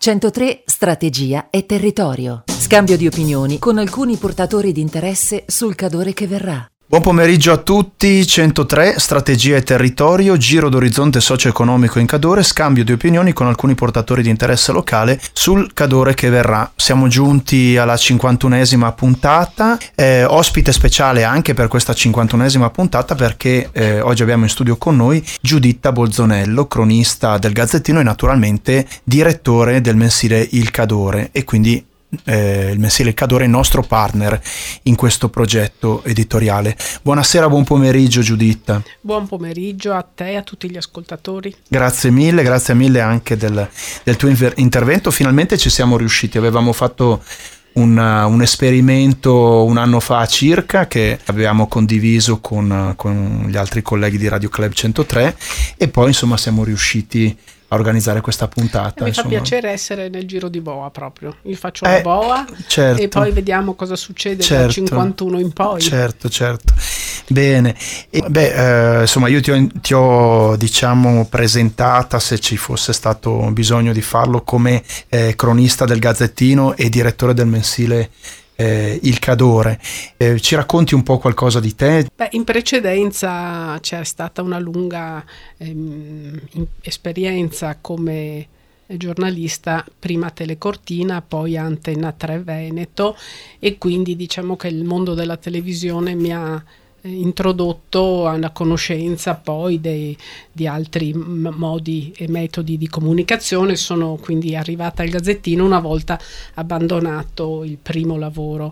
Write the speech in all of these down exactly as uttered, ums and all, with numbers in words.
centotré Strategia e territorio. Scambio di opinioni con alcuni portatori di interesse sul Cadore che verrà. Buon pomeriggio a tutti. centotré Strategia e territorio, giro d'orizzonte socio-economico in Cadore, scambio di opinioni con alcuni portatori di interesse locale sul Cadore che verrà. Siamo giunti alla cinquantunesima puntata, eh, ospite speciale anche per questa cinquantunesima puntata perché eh, oggi abbiamo in studio con noi Giuditta Bolzonello, cronista del Gazzettino e naturalmente direttore del mensile Il Cadore, e quindi Eh, il mensile Il Cadore è il nostro partner in questo progetto editoriale. Buonasera, buon pomeriggio Giuditta. Buon pomeriggio a te e a tutti gli ascoltatori. Grazie mille, grazie mille anche del, del tuo inver- intervento. Finalmente ci siamo riusciti, avevamo fatto un, un esperimento un anno fa circa che avevamo condiviso con, con gli altri colleghi di Radio Club centotré e poi insomma siamo riusciti a organizzare questa puntata. Mi insomma. fa piacere essere nel giro di boa proprio. Io faccio eh, la boa certo, e poi vediamo cosa succede certo, dal cinquantuno in poi. Certo, certo. Bene. E, beh, eh, insomma, io ti ho, ti ho diciamo presentata, se ci fosse stato bisogno di farlo, come eh, cronista del Gazzettino e direttore del mensile Eh, Il Cadore. Eh, ci racconti un po' qualcosa di te? Beh, in precedenza c'è stata una lunga ehm, esperienza come giornalista, prima Telecortina, poi Antena tre Veneto, e quindi diciamo che il mondo della televisione mi ha introdotto a una conoscenza poi dei, di altri m- modi e metodi di comunicazione. Sono quindi arrivata al Gazzettino una volta abbandonato il primo lavoro.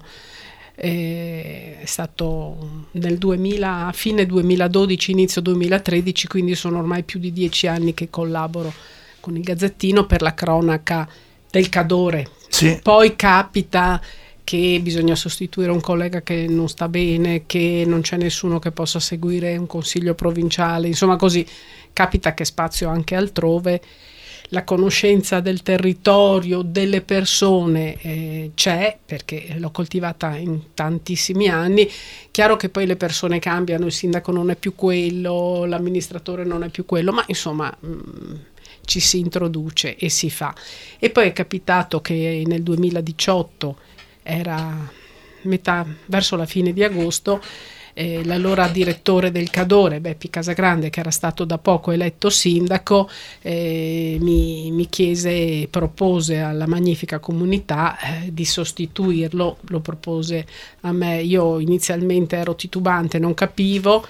Eh, è stato nel duemila, a fine duemiladodici, inizio duemilatredici, quindi sono ormai più di dieci anni che collaboro con il Gazzettino per la cronaca del Cadore. Sì. Poi capita che bisogna sostituire un collega che non sta bene, che non c'è nessuno che possa seguire un consiglio provinciale, insomma così capita che spazio anche altrove. La conoscenza del territorio, delle persone eh, c'è, perché l'ho coltivata in tantissimi anni. Chiaro che poi le persone cambiano, il sindaco non è più quello, l'amministratore non è più quello, ma insomma mh, ci si introduce e si fa. E poi è capitato che nel duemiladiciotto, era metà verso la fine di agosto, eh, l'allora direttore del Cadore, Beppi Casagrande, che era stato da poco eletto sindaco, eh, mi, mi chiese, propose alla magnifica comunità eh, di sostituirlo, lo propose a me. Io inizialmente ero titubante, non capivo,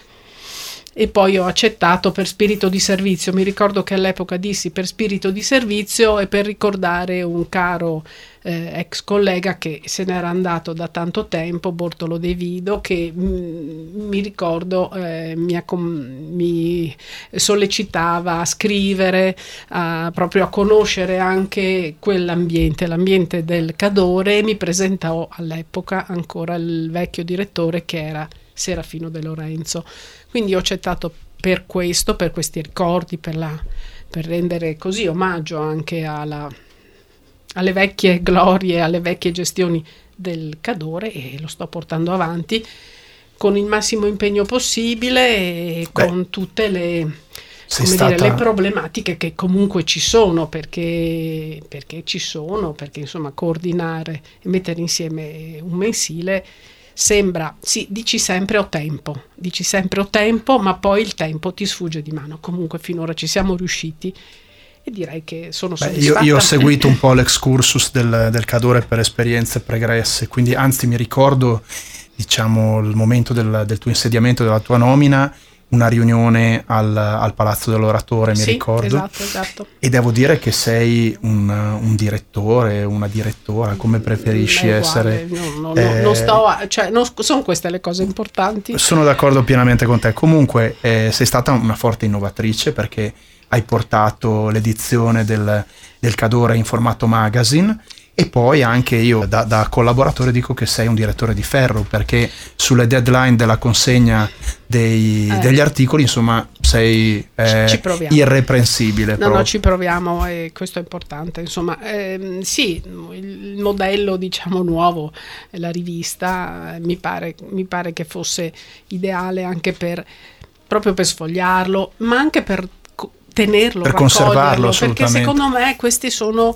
e poi ho accettato per spirito di servizio. Mi ricordo che all'epoca dissi per spirito di servizio e per ricordare un caro eh, ex collega che se n'era andato da tanto tempo, Bortolo De Vido, che mh, mi ricordo eh, mi, accom- mi sollecitava a scrivere, a, proprio a conoscere anche quell'ambiente, l'ambiente del Cadore, e mi presentò all'epoca ancora il vecchio direttore che era Serafino De Lorenzo. Quindi ho accettato per questo, per questi ricordi, per, la, per rendere così omaggio anche alla, alle vecchie glorie, alle vecchie gestioni del Cadore, e lo sto portando avanti con il massimo impegno possibile e Beh, con tutte le, come stata... dire, le problematiche che comunque ci sono, perché, perché ci sono, perché insomma coordinare e mettere insieme un mensile sembra, sì, dici sempre ho tempo, dici sempre ho tempo, ma poi il tempo ti sfugge di mano. Comunque finora ci siamo riusciti e direi che sono Beh, soddisfatta. Io, io ho seguito un po' l'excursus del, del Cadore per esperienze pregresse, quindi anzi mi ricordo, diciamo, il momento del, del tuo insediamento, della tua nomina, una riunione al, al Palazzo dell'Oratore, mi sì, ricordo. Esatto, esatto. E devo dire che sei un, un direttore, una direttora, come preferisci Beh, essere? Guarda, no, no, eh, non sto, a, cioè, non, sono queste le cose importanti. Sono d'accordo pienamente con te. Comunque eh, sei stata una forte innovatrice, perché hai portato l'edizione del, del Cadore in formato magazine. E poi anche io da, da collaboratore dico che sei un direttore di ferro, perché sulle deadline della consegna dei, eh. degli articoli insomma sei eh, ci, ci irreprensibile. No, proprio. no, ci proviamo, e questo è importante. Insomma, ehm, sì, il modello diciamo nuovo, la rivista, mi pare, mi pare che fosse ideale anche per proprio per sfogliarlo, ma anche per tenerlo, per raccoglierlo, conservarlo, perché secondo me questi sono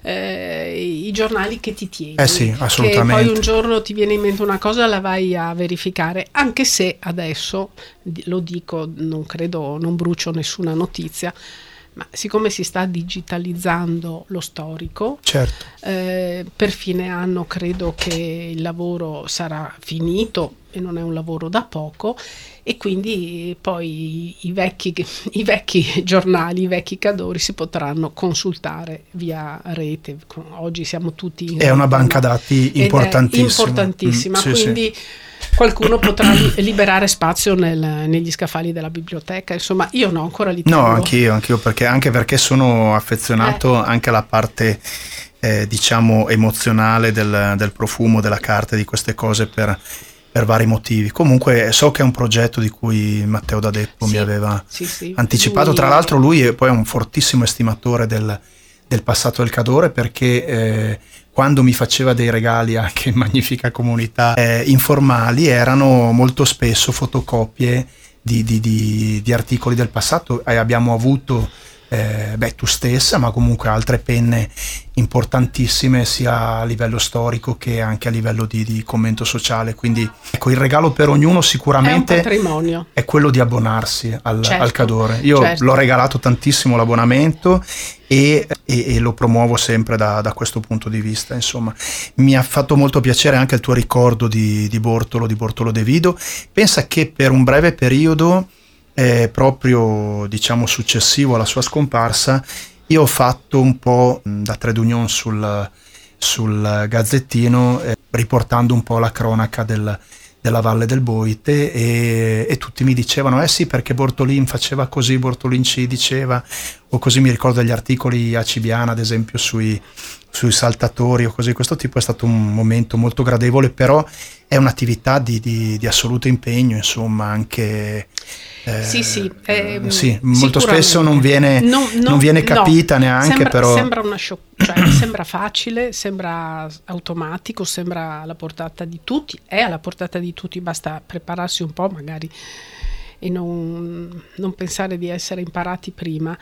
eh, i giornali che ti tieni, eh sì, assolutamente. Che poi un giorno ti viene in mente una cosa, la vai a verificare, anche se adesso, lo dico, non credo, non brucio nessuna notizia, ma siccome si sta digitalizzando lo storico, certo. eh, per fine anno credo che il lavoro sarà finito, e non è un lavoro da poco, e quindi poi i vecchi, i vecchi giornali, i vecchi cadori si potranno consultare via rete. Oggi siamo tutti in è una banca dati importantissima, importantissima, mm, sì, quindi sì. qualcuno potrà liberare spazio nel, negli scaffali della biblioteca. Insomma, io no, ancora li tengo. No, anch'io, anch'io perché, anche perché sono affezionato eh. anche alla parte eh, diciamo emozionale del, del profumo, della carta, di queste cose per per vari motivi. Comunque so che è un progetto di cui Matteo D'Adeppo sì, mi aveva sì, sì. anticipato. Lui... Tra l'altro lui è poi un fortissimo estimatore del, del passato del Cadore, perché eh, quando mi faceva dei regali anche in Magnifica Comunità eh, informali, erano molto spesso fotocopie di, di, di, di articoli del passato, e abbiamo avuto Eh, beh, tu stessa, ma comunque altre penne importantissime sia a livello storico che anche a livello di, di commento sociale. Quindi ecco, il regalo per ognuno sicuramente è, un patrimonio. È quello di abbonarsi al, certo, al Cadore. Io certo. l'ho regalato tantissimo l'abbonamento e, e, e lo promuovo sempre da, da questo punto di vista. Insomma, mi ha fatto molto piacere anche il tuo ricordo di, di Bortolo, di Bortolo De Vido. Pensa che per un breve periodo, Eh, proprio diciamo successivo alla sua scomparsa, io ho fatto un po' da trade union sul, sul Gazzettino, eh, riportando un po' la cronaca del, della Valle del Boite, e, e tutti mi dicevano eh sì, perché Bortolin faceva così, Bortolin ci diceva, o così. Mi ricordo gli articoli a Cibiana ad esempio sui, sui saltatori o così. Questo tipo è stato un momento molto gradevole, però è un'attività di, di, di assoluto impegno, insomma, anche Eh, sì, sì, eh, sì, molto spesso non viene, non, non, non viene capita no, neanche, sembra, però sembra una show, cioè, sembra facile, sembra automatico, sembra alla portata di tutti, è alla portata di tutti, basta prepararsi un po' magari e non, non pensare di essere imparati prima.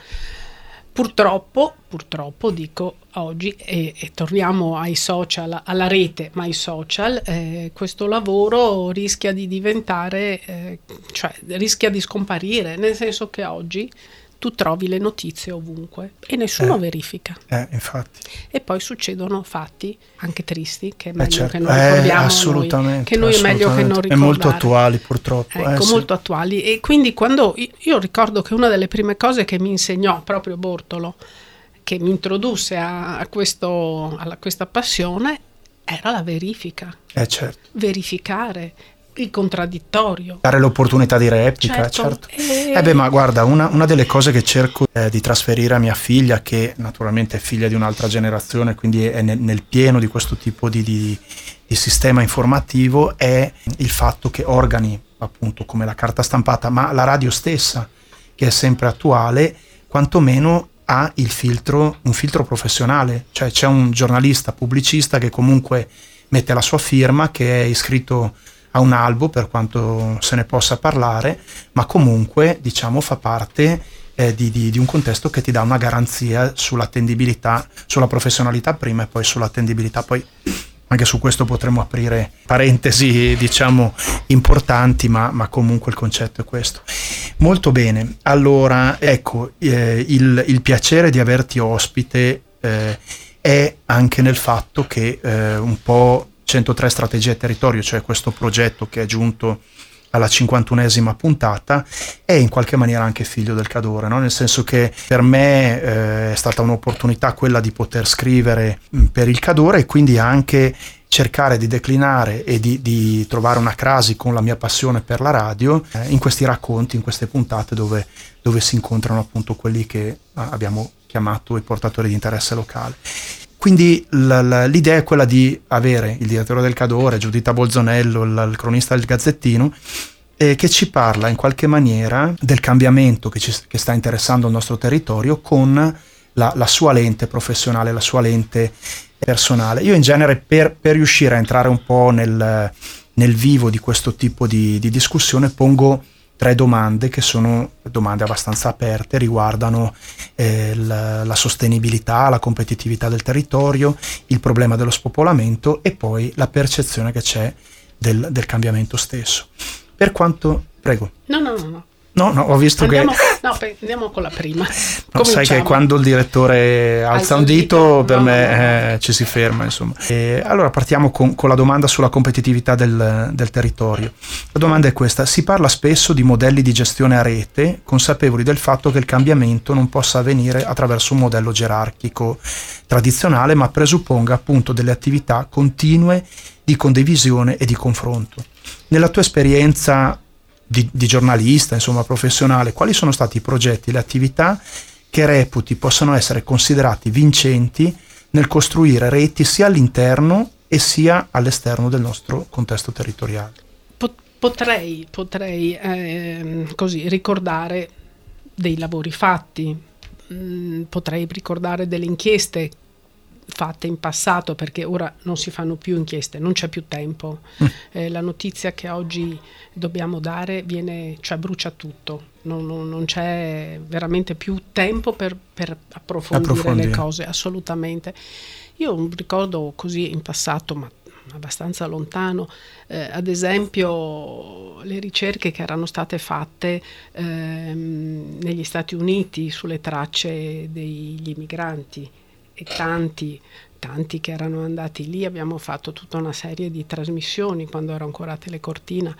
Purtroppo, purtroppo dico oggi, e, e torniamo ai social, alla rete, ma ai social, eh, questo lavoro rischia di diventare, eh, cioè rischia di scomparire, nel senso che oggi tu trovi le notizie ovunque e nessuno eh, verifica. Eh, infatti. E poi succedono fatti anche tristi, che è meglio eh, certo. che non ricordiamo eh, assolutamente, noi, che noi è meglio che non ricordare. È molto attuali purtroppo. Ecco, eh, molto sì. attuali. E quindi quando io, io ricordo che una delle prime cose che mi insegnò proprio Bortolo, che mi introdusse a, a, questo, a questa passione, era la verifica. Eh, certo. Verificare il contraddittorio, dare l'opportunità di replica, certo, certo. E... eh beh, ma guarda, una, una delle cose che cerco eh, di trasferire a mia figlia, che naturalmente è figlia di un'altra generazione, quindi è nel, nel pieno di questo tipo di, di, di sistema informativo, è il fatto che organi appunto come la carta stampata, ma la radio stessa, che è sempre attuale, quantomeno ha il filtro, un filtro professionale, cioè c'è un giornalista pubblicista che comunque mette la sua firma, che è iscritto a un albo, per quanto se ne possa parlare, ma comunque diciamo fa parte eh, di, di, di un contesto che ti dà una garanzia sull'attendibilità, sulla professionalità prima e poi sull'attendibilità. Poi anche su questo potremmo aprire parentesi diciamo importanti, ma, ma comunque il concetto è questo. Molto bene, allora ecco, eh, il, il piacere di averti ospite eh, è anche nel fatto che eh, un po' centotré Strategia e Territorio, cioè questo progetto che è giunto alla cinquantunesima puntata, è in qualche maniera anche figlio del Cadore, no? Nel senso che per me eh, è stata un'opportunità quella di poter scrivere mh, per il Cadore, e quindi anche cercare di declinare e di, di trovare una crasi con la mia passione per la radio eh, in questi racconti, in queste puntate dove, dove si incontrano appunto quelli che abbiamo chiamato i portatori di interesse locale. Quindi l- l- l'idea è quella di avere il direttore del Cadore, Giuditta Bolzonello, il, il cronista del Gazzettino, eh, che ci parla in qualche maniera del cambiamento che, ci, che sta interessando il nostro territorio con la, la sua lente professionale, la sua lente personale. Io in genere per, per riuscire a entrare un po' nel, nel vivo di questo tipo di, di discussione pongo tre domande che sono domande abbastanza aperte, riguardano eh, la, la sostenibilità, la competitività del territorio, il problema dello spopolamento e poi la percezione che c'è del, del cambiamento stesso. Per quanto... Prego. No, no, no, no. No, no, ho visto andiamo, che... No, andiamo con la prima. No, sai che quando il direttore alza un dito, per no, me no, no. Eh, ci si ferma, insomma. E allora partiamo con, con la domanda sulla competitività del, del territorio. La domanda è questa: si parla spesso di modelli di gestione a rete, consapevoli del fatto che il cambiamento non possa avvenire attraverso un modello gerarchico tradizionale, ma presupponga appunto delle attività continue di condivisione e di confronto. Nella tua esperienza Di, di giornalista, insomma professionale, quali sono stati i progetti, le attività che reputi possano essere considerati vincenti nel costruire reti sia all'interno e sia all'esterno del nostro contesto territoriale? Potrei, potrei eh, così ricordare dei lavori fatti, mh, potrei ricordare delle inchieste fatte in passato, perché ora non si fanno più inchieste, non c'è più tempo. Mm. Eh, la notizia che oggi dobbiamo dare viene, cioè brucia tutto, non, non, non c'è veramente più tempo per, per approfondire, approfondire le cose, assolutamente. Io un ricordo così in passato, ma abbastanza lontano, eh, ad esempio le ricerche che erano state fatte ehm, negli Stati Uniti sulle tracce degli immigranti, e tanti, tanti che erano andati lì. Abbiamo fatto tutta una serie di trasmissioni quando ero ancora a Telecortina,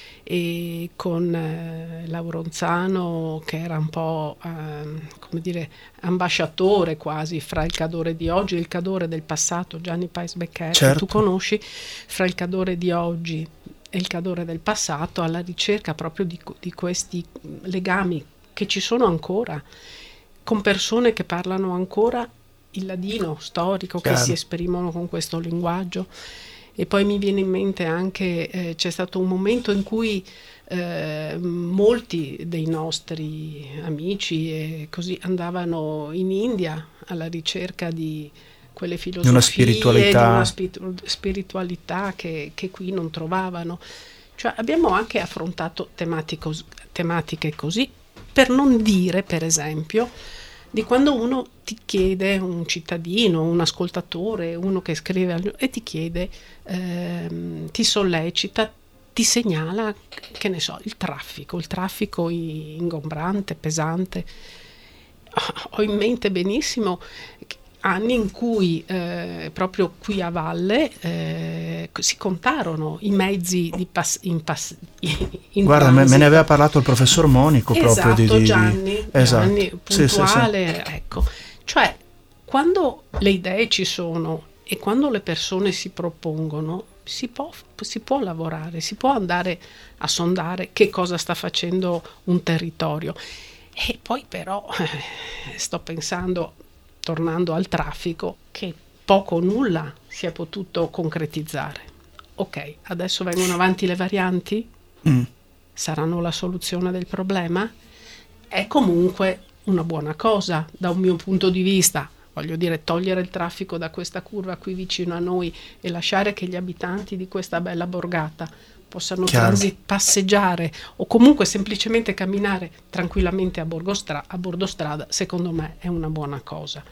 e con eh, Lauronzano, che era un po' eh, come dire ambasciatore quasi fra il Cadore di oggi e il Cadore del passato, Gianni Paes Beccher, certo, che tu conosci, fra il Cadore di oggi e il Cadore del passato, alla ricerca proprio di, di questi legami che ci sono ancora, con persone che parlano ancora il ladino storico, chiaro, che si esprimono con questo linguaggio. E poi mi viene in mente anche eh, c'è stato un momento in cui eh, molti dei nostri amici e così andavano in India alla ricerca di quelle filosofie, di una spiritualità, di una spiritu- spiritualità che, che qui non trovavano. Cioè abbiamo anche affrontato tematico, tematiche così, per non dire per esempio di quando uno ti chiede, un cittadino, un ascoltatore, uno che scrive e ti chiede, ehm, ti sollecita, ti segnala, che ne so, il traffico, il traffico ingombrante, pesante. Ho in mente benissimo anni in cui eh, proprio qui a valle eh, si contarono i mezzi di pass- in pass- in guarda me, me ne aveva parlato il professor Monico, esatto, proprio di, Gianni, esatto. Gianni puntuale, sì, sì, sì. Ecco, cioè quando le idee ci sono e quando le persone si propongono si può, si può lavorare, si può andare a sondare che cosa sta facendo un territorio. E poi però eh, sto pensando, tornando al traffico, che poco o nulla si è potuto concretizzare. Ok, adesso vengono avanti le varianti? Mm. Saranno la soluzione del problema? È comunque una buona cosa da un mio punto di vista. Voglio dire, togliere il traffico da questa curva qui vicino a noi e lasciare che gli abitanti di questa bella borgata possano transi- passeggiare o comunque semplicemente camminare tranquillamente a, borgostra- a bordo strada, secondo me è una buona cosa.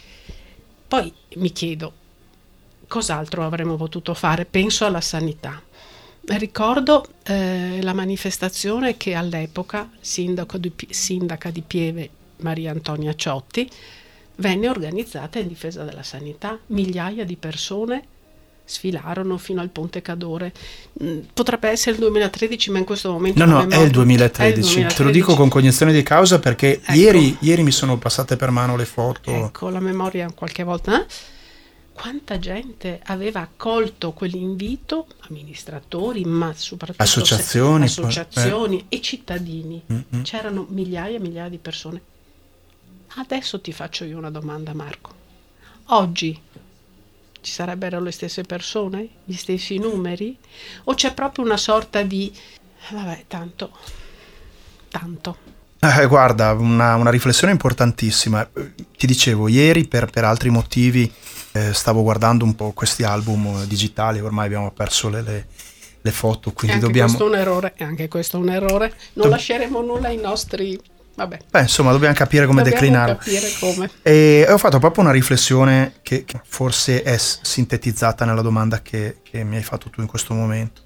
Poi mi chiedo, cos'altro avremmo potuto fare? Penso alla sanità. Ricordo eh, la manifestazione che all'epoca sindaco di, sindaca di Pieve, Maria Antonia Ciotti, venne organizzata in difesa della sanità. Migliaia di persone sfilarono fino al Ponte Cadore. Potrebbe essere il duemilatredici, ma in questo momento no no è il, duemilatredici. È il duemilatredici. Te lo dico con cognizione di causa perché ecco, ieri, ieri mi sono passate per mano le foto. Ecco, la memoria qualche volta. Eh? Quanta gente aveva accolto quell'invito, amministratori, ma soprattutto associazioni, se, associazioni eh. e cittadini. Mm-hmm. C'erano migliaia e migliaia di persone. Adesso ti faccio io una domanda, Marco. Oggi ci sarebbero le stesse persone, gli stessi numeri? O c'è proprio una sorta di vabbè, tanto, tanto? Eh, guarda, una, una riflessione importantissima. Ti dicevo, ieri per, per altri motivi eh, stavo guardando un po' questi album digitali, ormai abbiamo perso le, le, le foto, quindi anche dobbiamo... questo è un errore, e anche questo è un errore, non Dob- lasceremo nulla ai nostri... Vabbè. Beh, insomma, dobbiamo capire come dobbiamo declinarlo. capire come. E ho fatto proprio una riflessione che, che forse è sintetizzata nella domanda che, che mi hai fatto tu in questo momento.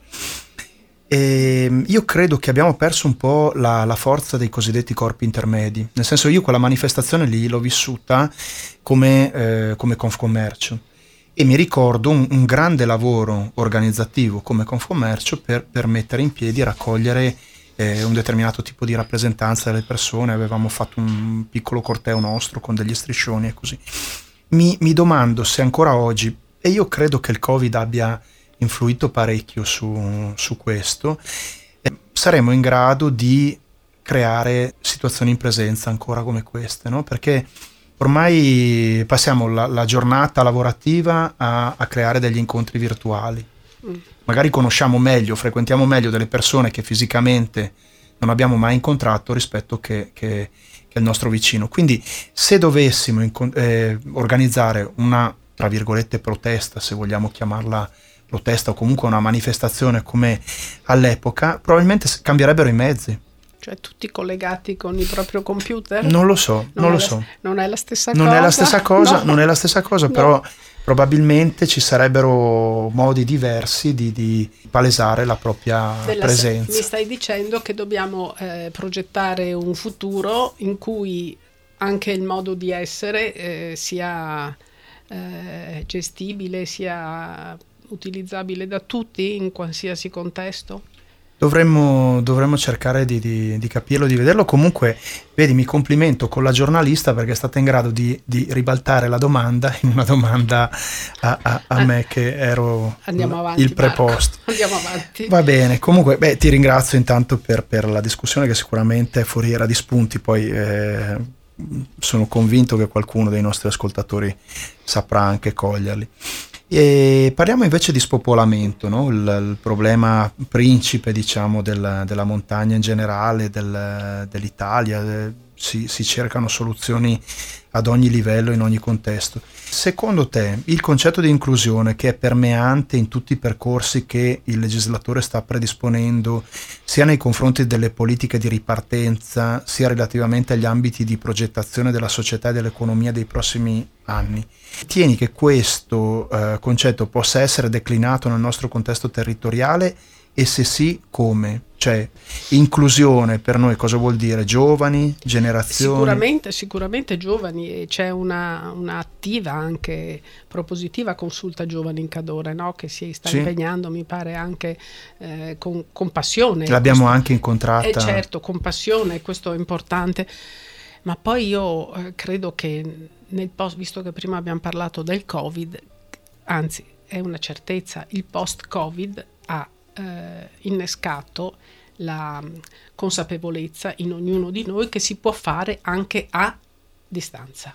E io credo che abbiamo perso un po' la, la forza dei cosiddetti corpi intermedi, nel senso, io quella manifestazione lì l'ho vissuta come, eh, come Confcommercio, e mi ricordo un, un grande lavoro organizzativo come Confcommercio per, per mettere in piedi e raccogliere eh, un determinato tipo di rappresentanza delle persone. Avevamo fatto un piccolo corteo nostro con degli striscioni e così. Mi, mi domando se ancora oggi, e io credo che il Covid abbia influito parecchio su, su questo, eh, saremo in grado di creare situazioni in presenza ancora come queste, no? Perché ormai passiamo la, la giornata lavorativa a, a creare degli incontri virtuali. Mm. Magari conosciamo meglio, frequentiamo meglio delle persone che fisicamente non abbiamo mai incontrato rispetto che, che, che il nostro vicino. Quindi se dovessimo incon- eh, organizzare una, tra virgolette, protesta, se vogliamo chiamarla protesta, o comunque una manifestazione come all'epoca, probabilmente cambierebbero i mezzi. Cioè tutti collegati con il proprio computer? Non lo so, non, non lo la, so. Non è la stessa non cosa? È la stessa cosa, no. Non è la stessa cosa, no. Però probabilmente ci sarebbero modi diversi di, di palesare la propria Della presenza. Se- mi stai dicendo che dobbiamo eh, progettare un futuro in cui anche il modo di essere eh, sia eh, gestibile, sia utilizzabile da tutti in qualsiasi contesto? Dovremmo, dovremmo cercare di, di, di capirlo, di vederlo. Comunque, vedi, mi complimento con la giornalista perché è stata in grado di, di ribaltare la domanda in una domanda a, a, a ah, me che ero avanti, il preposto. Marco, andiamo avanti. Va bene, comunque beh, ti ringrazio intanto per, per la discussione che sicuramente è foriera di spunti, poi eh, sono convinto che qualcuno dei nostri ascoltatori saprà anche coglierli. E parliamo invece di spopolamento, no? il, il problema principe, diciamo, del, della montagna in generale, del, dell'Italia. Si, si cercano soluzioni ad ogni livello, in ogni contesto. Secondo te il concetto di inclusione, che è permeante in tutti i percorsi che il legislatore sta predisponendo, sia nei confronti delle politiche di ripartenza, sia relativamente agli ambiti di progettazione della società e dell'economia dei prossimi anni, tieni che questo eh, concetto possa essere declinato nel nostro contesto territoriale, e se sì, come? Cioè, inclusione per noi cosa vuol dire? Giovani, generazioni? Sicuramente, sicuramente giovani, e c'è una, una attiva, anche propositiva consulta giovani in Cadore, no? Che si sta sì. impegnando, mi pare, anche eh, con, con passione. L'abbiamo questo, anche incontrata. Eh, certo, con passione, questo è importante. Ma poi io eh, credo che nel post, visto che prima abbiamo parlato del Covid, anzi è una certezza, il post-Covid ha eh, innescato la consapevolezza in ognuno di noi che si può fare anche a distanza.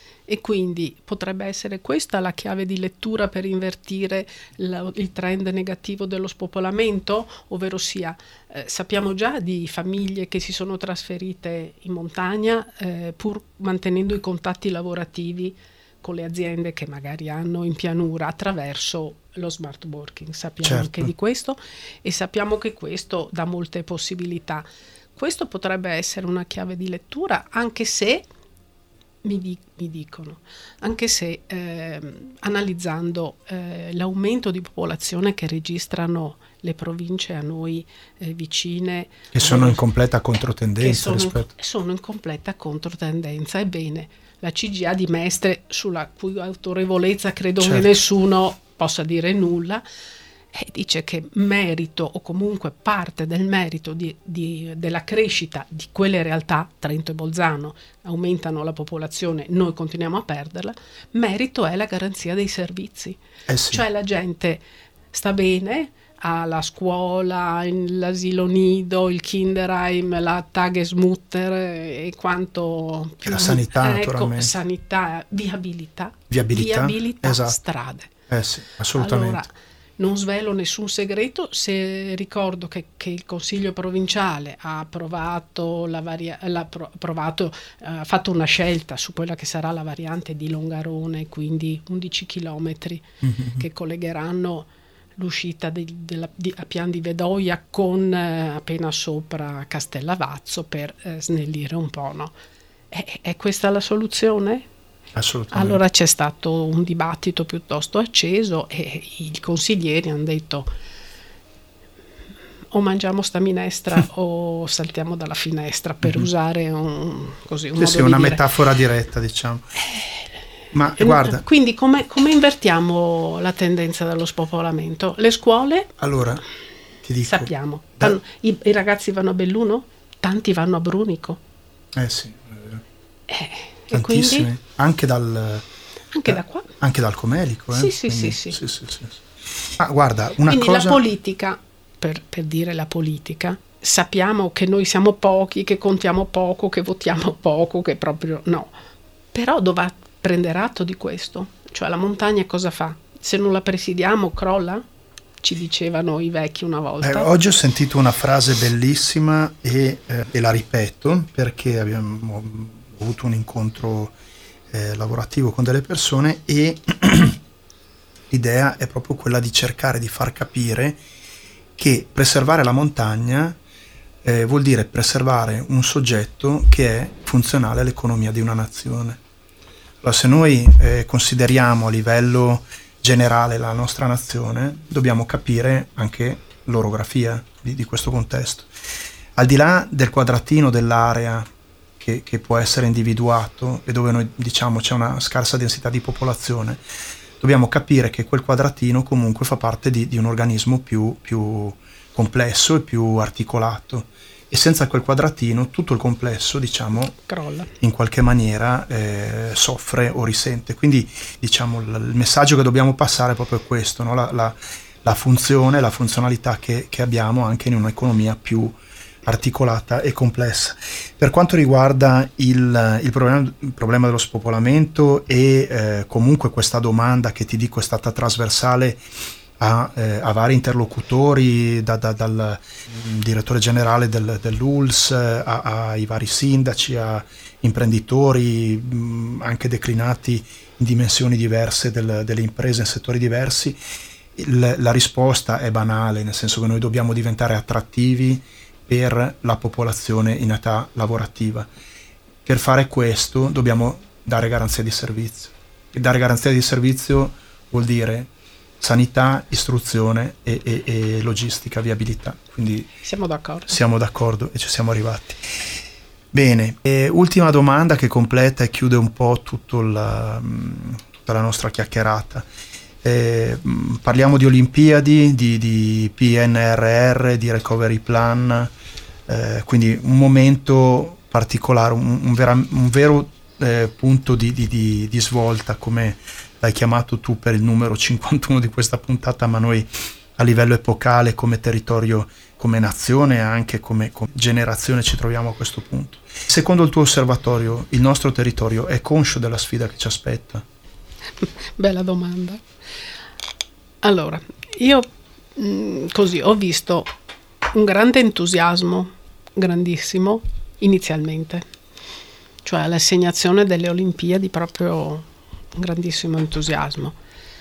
E quindi potrebbe essere questa la chiave di lettura per invertire la, il trend negativo dello spopolamento, ovvero sia eh, sappiamo già di famiglie che si sono trasferite in montagna eh, pur mantenendo i contatti lavorativi con le aziende che magari hanno in pianura attraverso lo smart working. Sappiamo certo. anche di questo, e sappiamo che questo dà molte possibilità. Questo potrebbe essere una chiave di lettura, anche se Mi, di, mi dicono, anche se eh, analizzando eh, l'aumento di popolazione che registrano le province a noi eh, vicine, che sono eh, in completa controtendenza, che sono, rispetto. sono in completa controtendenza. Ebbene, la C G I A di Mestre, sulla cui autorevolezza credo certo. che nessuno possa dire nulla, e dice che merito, o comunque parte del merito di, di, della crescita di quelle realtà, Trento e Bolzano aumentano la popolazione, noi continuiamo a perderla, merito è la garanzia dei servizi. Eh sì. Cioè la gente sta bene, ha la scuola, l'asilo nido, il Kinderheim, la Tagesmutter e quanto più. La sanità, ecco, naturalmente. Sanità, viabilità, viabilità, viabilità esatto. strade. Eh sì, assolutamente. Allora, non svelo nessun segreto se ricordo che, che il Consiglio provinciale ha approvato, la varia, l'ha approvato, ha fatto una scelta su quella che sarà la variante di Longarone, quindi undici chilometri mm-hmm. che collegheranno l'uscita di, della, di, a Pian di Vedoia con eh, appena sopra Castellavazzo per eh, snellire un po', no? È, è questa la soluzione? Assolutamente. Allora c'è stato un dibattito piuttosto acceso e i consiglieri hanno detto o mangiamo sta minestra o saltiamo dalla finestra, per mm-hmm. usare un, così, un sì, modo sì, di una dire. metafora diretta, diciamo. Ma Eh, guarda, quindi come, come invertiamo la tendenza dello spopolamento? Le scuole, allora ti dico, sappiamo, da- vanno- i, i ragazzi vanno a Belluno, tanti vanno a Brunico. eh sì, Eh, e tantissimi, quindi anche dal anche eh, da qua. anche dal Comelico, eh? Sì, sì, Quindi- sì, sì. sì, sì, sì. Ma guarda, una Quindi cosa la politica, per, per dire la politica, sappiamo che noi siamo pochi, che contiamo poco, che votiamo poco, che proprio no. Però dovrà prendere atto di questo. Cioè la montagna cosa fa? Se non la presidiamo crolla? Ci dicevano i vecchi una volta. Eh, oggi ho sentito una frase bellissima e, eh, e la ripeto perché abbiamo avuto un incontro eh, lavorativo con delle persone e l'idea è proprio quella di cercare di far capire che preservare la montagna eh, vuol dire preservare un soggetto che è funzionale all'economia di una nazione. Allora, se noi eh, consideriamo a livello generale la nostra nazione, dobbiamo capire anche l'orografia di, di questo contesto. Al di là del quadratino dell'area che, che può essere individuato e dove noi diciamo c'è una scarsa densità di popolazione, dobbiamo capire che quel quadratino comunque fa parte di, di un organismo più, più complesso e più articolato. E senza quel quadratino tutto il complesso, diciamo, crolla. In qualche maniera eh, soffre o risente. Quindi, diciamo, l- il messaggio che dobbiamo passare è proprio questo, no? la, la, la funzione, la funzionalità che, che abbiamo anche in un'economia più articolata e complessa. Per quanto riguarda il, il, problema, il problema dello spopolamento e eh, comunque questa domanda che ti dico è stata trasversale A, eh, a vari interlocutori, da, da, dal mh, direttore generale del, dell'U L S eh, a, ai vari sindaci, a imprenditori mh, anche declinati in dimensioni diverse del, delle imprese in settori diversi. Il, la risposta è banale, nel senso che noi dobbiamo diventare attrattivi per la popolazione in età lavorativa. Per fare questo dobbiamo dare garanzia di servizio, e dare garanzia di servizio vuol dire sanità, istruzione e, e, e logistica, viabilità. Quindi siamo d'accordo. Siamo d'accordo e ci siamo arrivati. Bene, e ultima domanda che completa e chiude un po' tutto la, tutta la nostra chiacchierata. Eh, parliamo di Olimpiadi, di, di P N R R, di Recovery Plan, eh, quindi un momento particolare, un, un, vera, un vero eh, punto di, di, di, di svolta, come l'hai chiamato tu per il numero cinquantuno di questa puntata, ma noi a livello epocale, come territorio, come nazione e anche come, come generazione ci troviamo a questo punto. Secondo il tuo osservatorio, il nostro territorio è conscio della sfida che ci aspetta? Bella domanda. Allora, io mh, così ho visto un grande entusiasmo, grandissimo, inizialmente, cioè l'assegnazione delle Olimpiadi, proprio un grandissimo entusiasmo.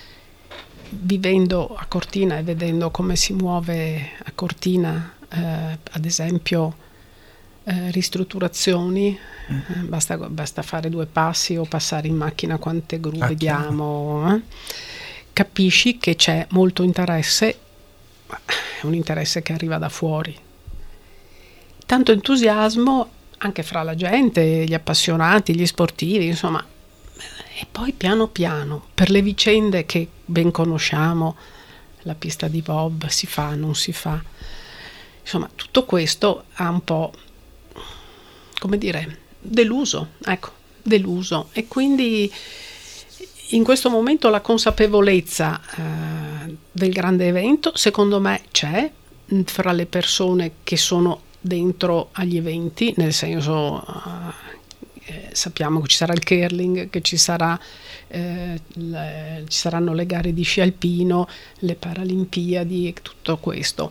Vivendo a Cortina e vedendo come si muove a Cortina, eh, ad esempio, eh, ristrutturazioni, eh, basta, basta fare due passi o passare in macchina quante gru Ah, vediamo, eh? Capisci che c'è molto interesse, ma è un interesse che arriva da fuori. Tanto entusiasmo anche fra la gente, gli appassionati, gli sportivi, insomma. E poi piano piano, per le vicende che ben conosciamo, la pista di bob si fa, non si fa, insomma tutto questo ha un po', come dire, deluso, ecco, deluso. E quindi in questo momento la consapevolezza eh, del grande evento, secondo me, c'è fra le persone che sono dentro agli eventi, nel senso... Eh, Eh, sappiamo che ci sarà il curling, che ci sarà eh, le, ci saranno le gare di sci alpino, le Paralimpiadi, tutto questo.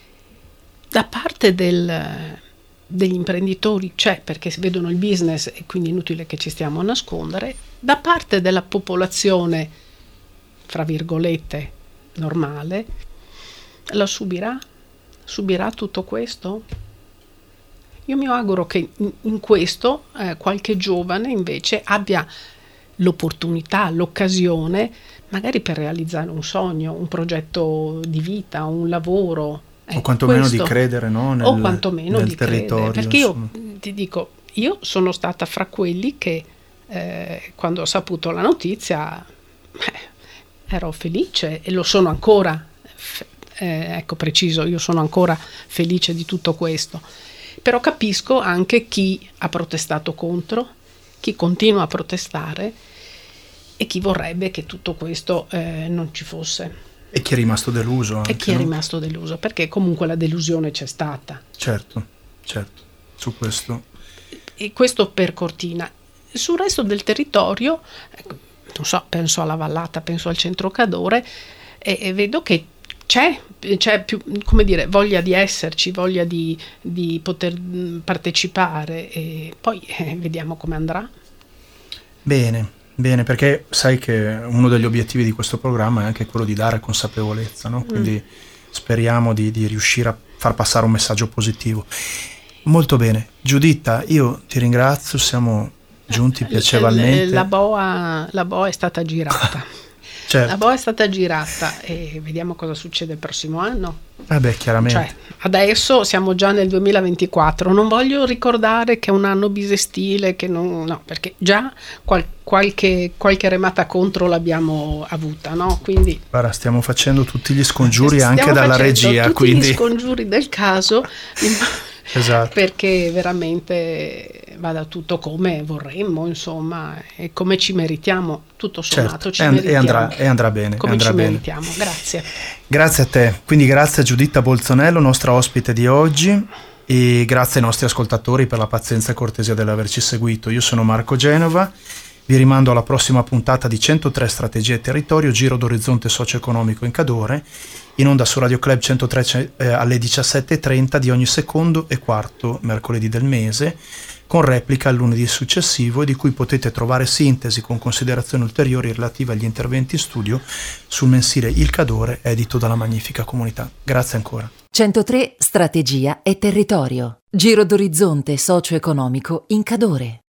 Da parte del, degli imprenditori c'è, perché vedono il business e quindi è inutile che ci stiamo a nascondere. Da parte della popolazione, fra virgolette, normale, la subirà? Subirà tutto questo? Io mi auguro che in, in questo eh, qualche giovane invece abbia l'opportunità, l'occasione, magari per realizzare un sogno, un progetto di vita, un lavoro. O quantomeno questo, di credere, no? nel, o quantomeno nel di territorio. Credere, perché insomma. io ti dico, io sono stata fra quelli che eh, quando ho saputo la notizia eh, ero felice e lo sono ancora, eh, ecco preciso, io sono ancora felice di tutto questo, però capisco anche chi ha protestato contro, chi continua a protestare e chi vorrebbe che tutto questo eh, non ci fosse. E chi è rimasto deluso anche, e chi no? è rimasto deluso, perché comunque la delusione c'è stata. Certo, certo, su questo. E questo per Cortina. Sul resto del territorio, ecco, non so, penso alla Vallata, penso al centro Cadore, e, e vedo che c'è, c'è più, come dire, voglia di esserci, voglia di, di poter partecipare, e poi eh, vediamo come andrà. Bene. Bene, perché sai che uno degli obiettivi di questo programma è anche quello di dare consapevolezza, no? Quindi mm. speriamo di, di riuscire a far passare un messaggio positivo. Molto bene. Giuditta, io ti ringrazio, siamo giunti piacevolmente. La boa, la boa è stata girata. Certo. La boa è stata girata e vediamo cosa succede il prossimo anno. Eh beh, chiaramente. Cioè, adesso siamo già nel duemilaventiquattro, non voglio ricordare che è un anno bisestile, che non, no, perché già qual, qualche, qualche remata contro l'abbiamo avuta, no? Quindi guarda, stiamo facendo tutti gli scongiuri anche dalla regia, tutti quindi gli scongiuri del caso. Esatto. Perché veramente vada tutto come vorremmo, insomma, e come ci meritiamo, tutto sommato. Certo. Ci e, meritiamo. E, andrà, e andrà bene. Come andrà ci bene. meritiamo, grazie. Grazie a te, quindi grazie a Giuditta Bolzonello, nostra ospite di oggi, e grazie ai nostri ascoltatori per la pazienza e cortesia dell'averci seguito. Io sono Marco Genova, vi rimando alla prossima puntata di centotré Strategie e Territorio, giro d'orizzonte socio-economico in Cadore, in onda su Radio Club centotré eh, alle diciassette e trenta di ogni secondo e quarto mercoledì del mese, con replica il lunedì successivo, e di cui potete trovare sintesi con considerazioni ulteriori relative agli interventi in studio sul mensile Il Cadore, edito dalla Magnifica Comunità. Grazie ancora. centotré Strategia e Territorio, giro d'orizzonte socio-economico in Cadore.